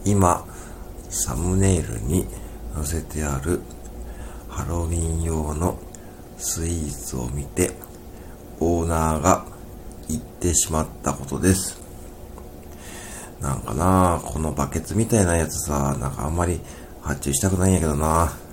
今、サムネイルに載せてあるハロウィン用のスイーツを見て、オーナーが言ってしまったことです。なんかな、このバケツみたいなやつさ、なんかあんまり発注したくないんやけどな。